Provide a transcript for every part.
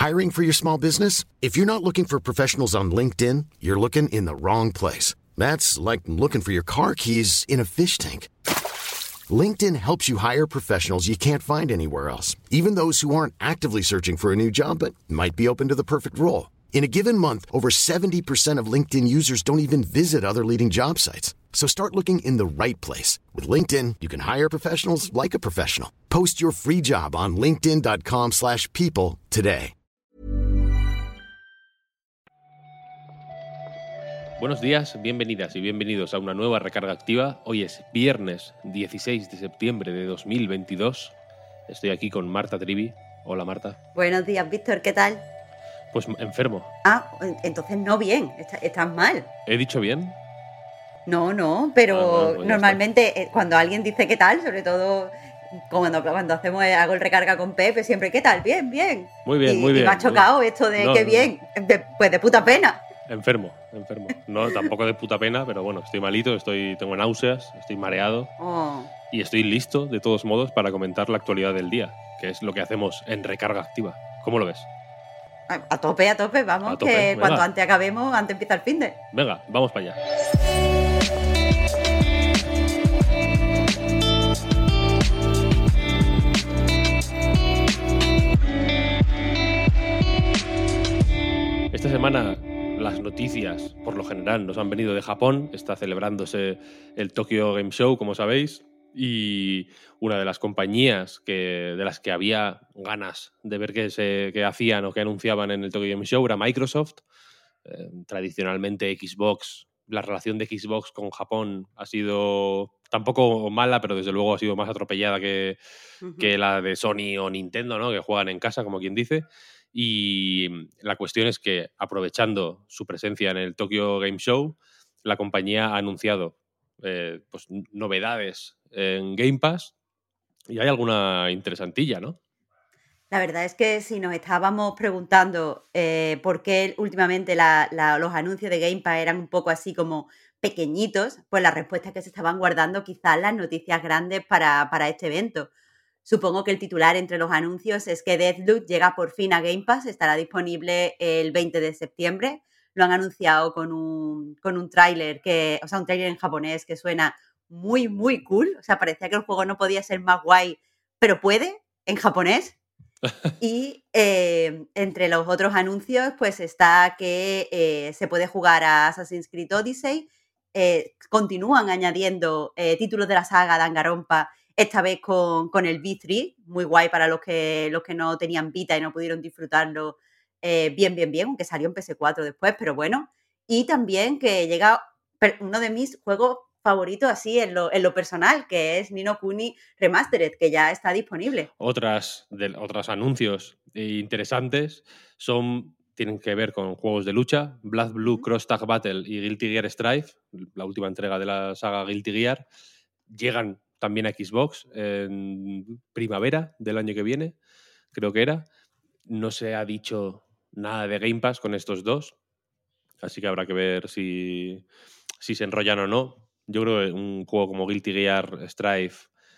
Hiring for your small business? If you're not looking for professionals on LinkedIn, you're looking in the wrong place. That's like looking for your car keys in a fish tank. LinkedIn helps you hire professionals you can't find anywhere else, even those who aren't actively searching for a new job but might be open to the perfect role. In a given month, over 70% of LinkedIn users don't even visit other leading job sites. So start looking in the right place. With LinkedIn, you can hire professionals like a professional. Post your free job on linkedin.com/people today. Buenos días, bienvenidas y bienvenidos a una nueva recarga activa. Hoy es viernes 16 de septiembre de 2022. Estoy aquí con Marta Trivi. Hola, Marta. Buenos días, Víctor, ¿qué tal? Pues enfermo. Entonces no bien, estás mal. ¿He dicho bien? No, pero pues normalmente cuando alguien dice qué tal, sobre todo cuando hago el recarga con Pepe, siempre ¿qué tal? Bien. Muy bien, muy bien. Y me ha chocado esto de qué bien, pues de puta pena. Enfermo. No, tampoco de puta pena, pero bueno, estoy malito, tengo náuseas, estoy mareado y estoy listo, de todos modos, para comentar la actualidad del día, que es lo que hacemos en recarga activa. ¿Cómo lo ves? A tope, vamos, que venga. cuando antes acabemos, antes empieza el finde. Venga, vamos para allá. Esta semana las noticias, por lo general, nos han venido de Japón. Está celebrándose el Tokyo Game Show, como sabéis, y una de las compañías de las que había ganas de ver qué hacían o qué anunciaban en el Tokyo Game Show era Microsoft. Tradicionalmente Xbox, la relación de Xbox con Japón ha sido tampoco mala, pero desde luego ha sido más atropellada que la de Sony o Nintendo, ¿no? Que juegan en casa, como quien dice. Y la cuestión es que, aprovechando su presencia en el Tokyo Game Show, la compañía ha anunciado pues, novedades en Game Pass y hay alguna interesantilla, ¿no? La verdad es que si nos estábamos preguntando por qué últimamente los anuncios de Game Pass eran un poco así como pequeñitos, pues la respuesta es que se estaban guardando quizás las noticias grandes para este evento. Supongo que el titular entre los anuncios es que Deathloop llega por fin a Game Pass, estará disponible el 20 de septiembre. Lo han anunciado con un tráiler un tráiler en japonés que suena muy, muy cool. O sea, parecía que el juego no podía ser más guay, pero puede, en japonés. Y entre los otros anuncios, pues está que se puede jugar a Assassin's Creed Odyssey. Continúan añadiendo títulos de la saga Danganronpa, esta vez con el V3, muy guay para los que no tenían Vita y no pudieron disfrutarlo bien, aunque salió en PS4 después, pero bueno. Y también que llega uno de mis juegos favoritos así en lo personal, que es Ni no Kuni Remastered, que ya está disponible. Otros anuncios interesantes tienen que ver con juegos de lucha. Blood Blue Cross Tag Battle y Guilty Gear Strive, la última entrega de la saga Guilty Gear, llegan también a Xbox en primavera del año que viene, creo que era. No se ha dicho nada de Game Pass con estos dos, así que habrá que ver si se enrollan o no. Yo creo que un juego como Guilty Gear Strive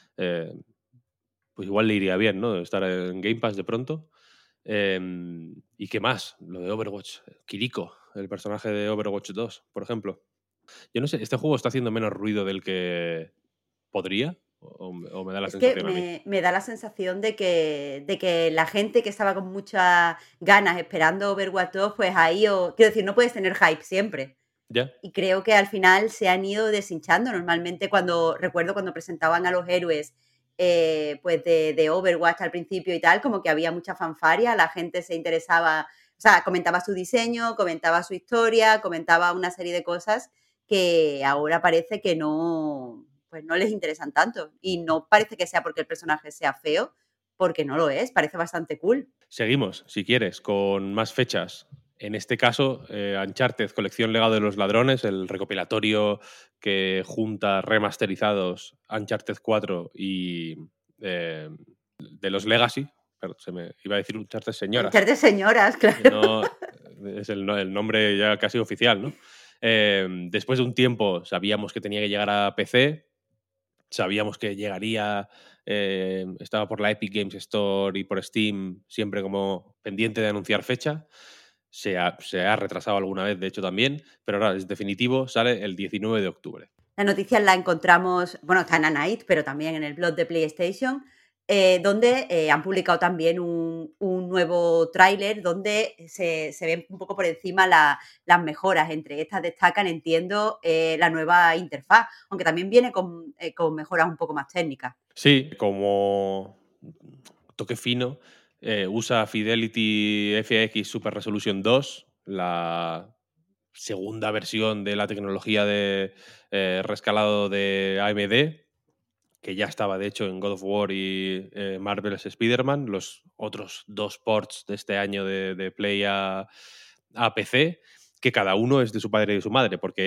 pues igual le iría bien, ¿no? Estar en Game Pass de pronto. ¿Y qué más? Lo de Overwatch. Kiriko, el personaje de Overwatch 2, por ejemplo. Yo no sé, ¿este juego está haciendo menos ruido del que podría? ¿O me da la sensación a mí? Me da la sensación de que la gente que estaba con muchas ganas esperando Overwatch 2, pues ha ido... Quiero decir, no puedes tener hype siempre. ¿Ya? Y creo que al final se han ido deshinchando. Normalmente recuerdo cuando presentaban a los héroes pues de Overwatch al principio y tal, como que había mucha fanfarria, la gente se interesaba, o sea, comentaba su diseño, comentaba su historia, comentaba una serie de cosas que ahora parece que no les interesan tanto. Y no parece que sea porque el personaje sea feo, porque no lo es, parece bastante cool. Seguimos, si quieres, con más fechas. En este caso, Uncharted, Colección Legado de los Ladrones, el recopilatorio que junta remasterizados Uncharted 4 y de los Legacy. Perdón, iba a decir Uncharted Señoras. Uncharted Señoras, claro. No, es el nombre ya casi oficial, ¿no? Después de un tiempo sabíamos que tenía que llegar a PC. sabíamos que llegaría, estaba por la Epic Games Store y por Steam, siempre como pendiente de anunciar fecha. Se ha retrasado alguna vez, de hecho, también, pero ahora es definitivo, sale el 19 de octubre. La noticia la encontramos, bueno, está en Anite, pero también en el blog de PlayStation, donde han publicado también un nuevo tráiler donde se ven un poco por encima las mejoras. Entre estas destacan, entiendo, la nueva interfaz, aunque también viene con mejoras un poco más técnicas. Sí, como toque fino, usa Fidelity FX Super Resolution 2, la segunda versión de la tecnología de rescalado de AMD, que ya estaba de hecho en God of War y Marvel's Spider-Man, los otros 2 ports de este año de Play a PC, que cada uno es de su padre y de su madre, porque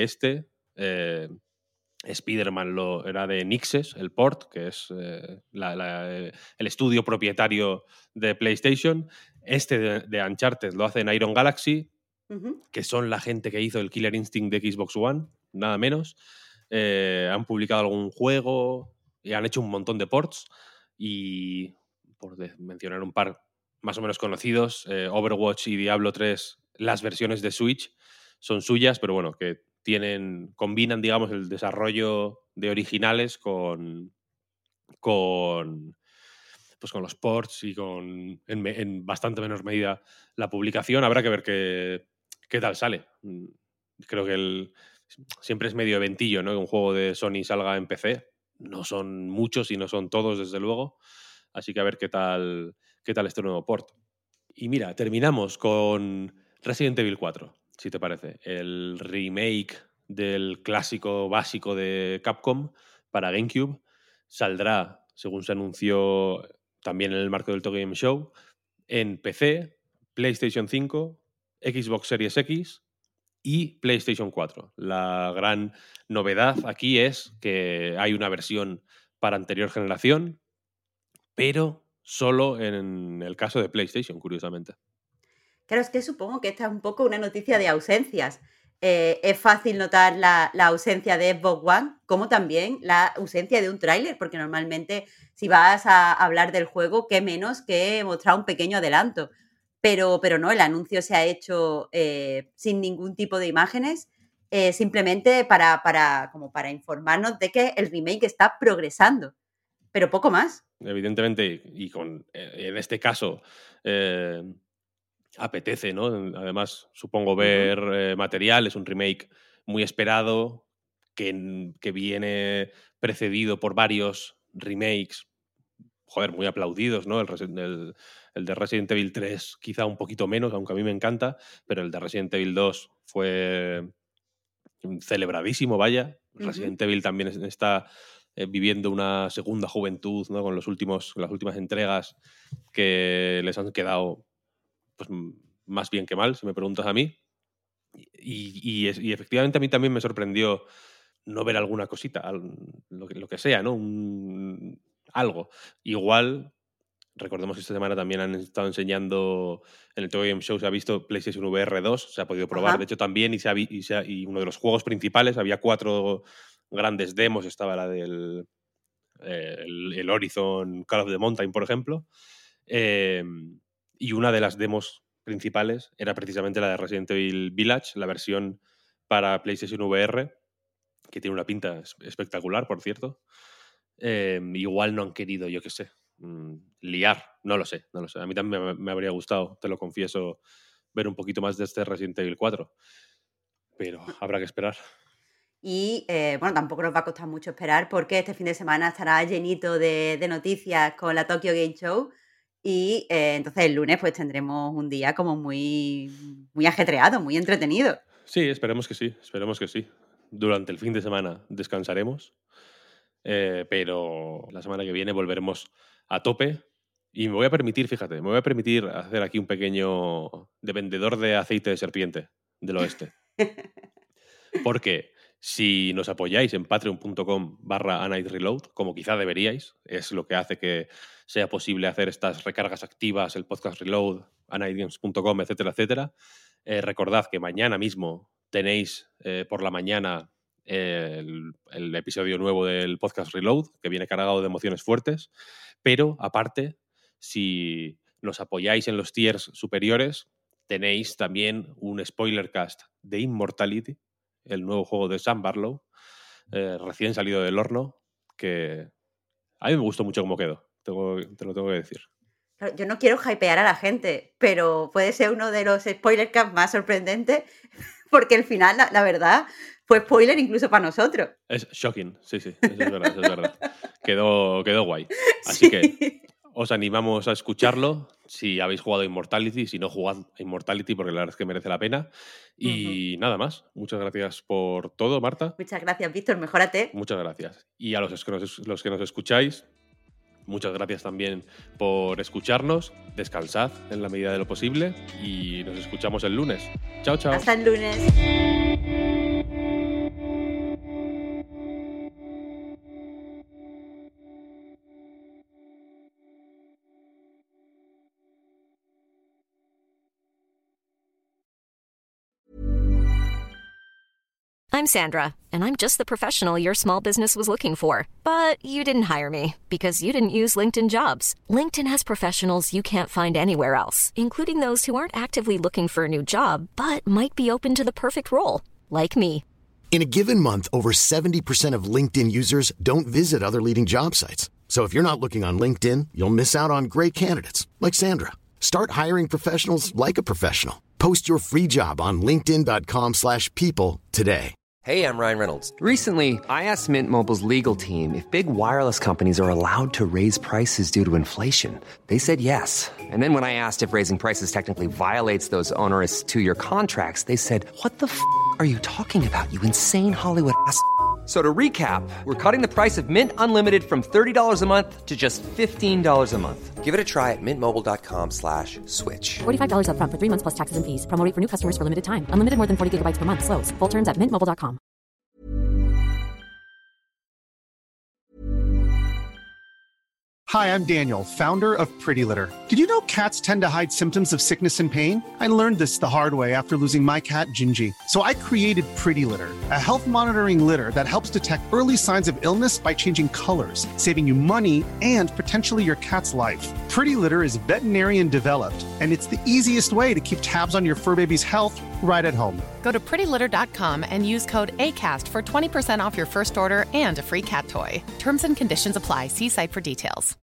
Spider-Man era de Nixes, el port, que es el estudio propietario de PlayStation. De Uncharted lo hace en Iron Galaxy, que son la gente que hizo el Killer Instinct de Xbox One, nada menos. Han publicado algún juego y han hecho un montón de ports. Y por mencionar un par más o menos conocidos, Overwatch y Diablo 3, las versiones de Switch son suyas, pero bueno, que combinan, digamos, el desarrollo de originales con los ports y en bastante menor medida la publicación. Habrá que ver qué tal sale. Creo que siempre es medio eventillo, ¿no? Que un juego de Sony salga en PC. No son muchos y no son todos, desde luego. Así que a ver qué tal este nuevo port. Y mira, terminamos con Resident Evil 4, si te parece. El remake del clásico básico de Capcom para GameCube saldrá, según se anunció también en el marco del Tokyo Game Show, en PC, PlayStation 5, Xbox Series X y PlayStation 4. La gran novedad aquí es que hay una versión para anterior generación, pero solo en el caso de PlayStation, curiosamente. Claro, es que supongo que esta es un poco una noticia de ausencias. Es fácil notar la ausencia de Xbox One, como también la ausencia de un tráiler, porque normalmente si vas a hablar del juego, qué menos que mostrar un pequeño adelanto. Pero no, el anuncio se ha hecho sin ningún tipo de imágenes, simplemente como para informarnos de que el remake está progresando, pero poco más. Evidentemente, y en este caso apetece, ¿no? Además, supongo ver material, es un remake muy esperado, que viene precedido por varios remakes, muy aplaudidos, ¿no? El de Resident Evil 3 quizá un poquito menos, aunque a mí me encanta, pero el de Resident Evil 2 fue celebradísimo, vaya. Resident Evil también está viviendo una segunda juventud, ¿no? Con las últimas entregas que les han quedado pues, más bien que mal, si me preguntas a mí. Y efectivamente a mí también me sorprendió no ver alguna cosita, lo que sea, ¿no? Algo. Igual, recordemos que esta semana también han estado enseñando en el Tokyo Game Show, se ha visto PlayStation VR 2, se ha podido probar, Ajá. de hecho también, y uno de los juegos principales, había 4 grandes demos, estaba la del el Horizon Call of the Mountain, por ejemplo, y una de las demos principales era precisamente la de Resident Evil Village, la versión para PlayStation VR, que tiene una pinta espectacular, por cierto. Igual no han querido, yo qué sé, liar, no lo sé. A mí también me habría gustado, te lo confieso, ver un poquito más de este Resident Evil 4, pero habrá que esperar. Y bueno, tampoco nos va a costar mucho esperar porque este fin de semana estará llenito de noticias con la Tokyo Game Show y entonces el lunes pues tendremos un día como muy ajetreado, muy entretenido. Sí, esperemos que sí. Durante el fin de semana descansaremos, pero la semana que viene volveremos a tope. Y me voy a permitir hacer aquí un pequeño de vendedor de aceite de serpiente del oeste. Porque si nos apoyáis en patreon.com/anightreload, como quizá deberíais, es lo que hace que sea posible hacer estas recargas activas, el podcast reload, anightgames.com, etcétera, etcétera. Recordad que mañana mismo tenéis por la mañana el episodio nuevo del podcast Reload, que viene cargado de emociones fuertes, pero aparte, si nos apoyáis en los tiers superiores, tenéis también un spoiler cast de Immortality, el nuevo juego de Sam Barlow, recién salido del horno, que a mí me gustó mucho cómo quedó, te lo tengo que decir. Yo no quiero hypear a la gente, pero puede ser uno de los spoiler casts más sorprendentes, porque el final, la verdad, fue spoiler incluso para nosotros. Es shocking, sí, eso es verdad, eso es verdad. Quedó guay. Así que os animamos a escucharlo si habéis jugado a Immortality, si no jugad a Immortality, porque la verdad es que merece la pena. Y nada más. Muchas gracias por todo, Marta. Muchas gracias, Víctor. Mejórate. Muchas gracias. Y a los que nos escucháis, muchas gracias también por escucharnos. Descansad en la medida de lo posible y nos escuchamos el lunes. Chao, chao. Hasta el lunes. I'm Sandra, and I'm just the professional your small business was looking for. But you didn't hire me because you didn't use LinkedIn Jobs. LinkedIn has professionals you can't find anywhere else, including those who aren't actively looking for a new job, but might be open to the perfect role, like me. In a given month, over 70% of LinkedIn users don't visit other leading job sites. So if you're not looking on LinkedIn, you'll miss out on great candidates like Sandra. Start hiring professionals like a professional. Post your free job on linkedin.com/people today. Hey, I'm Ryan Reynolds. Recently, I asked Mint Mobile's legal team if big wireless companies are allowed to raise prices due to inflation. They said yes. And then when I asked if raising prices technically violates those onerous two-year contracts, they said, "What the f*** are you talking about, you insane Hollywood ass?" So to recap, we're cutting the price of Mint Unlimited from $30 a month to just $15 a month. Give it a try at mintmobile.com/switch. $45 up front for 3 months plus taxes and fees. Promo rate for new customers for limited time. Unlimited more than 40 gigabytes per month. Slows full terms at mintmobile.com. Hi, I'm Daniel, founder of Pretty Litter. Did you know cats tend to hide symptoms of sickness and pain? I learned this the hard way after losing my cat, Gingy. So I created Pretty Litter, a health monitoring litter that helps detect early signs of illness by changing colors, saving you money and potentially your cat's life. Pretty Litter is veterinarian developed, and it's the easiest way to keep tabs on your fur baby's health right at home. Go to prettylitter.com and use code ACAST for 20% off your first order and a free cat toy. Terms and conditions apply. See site for details.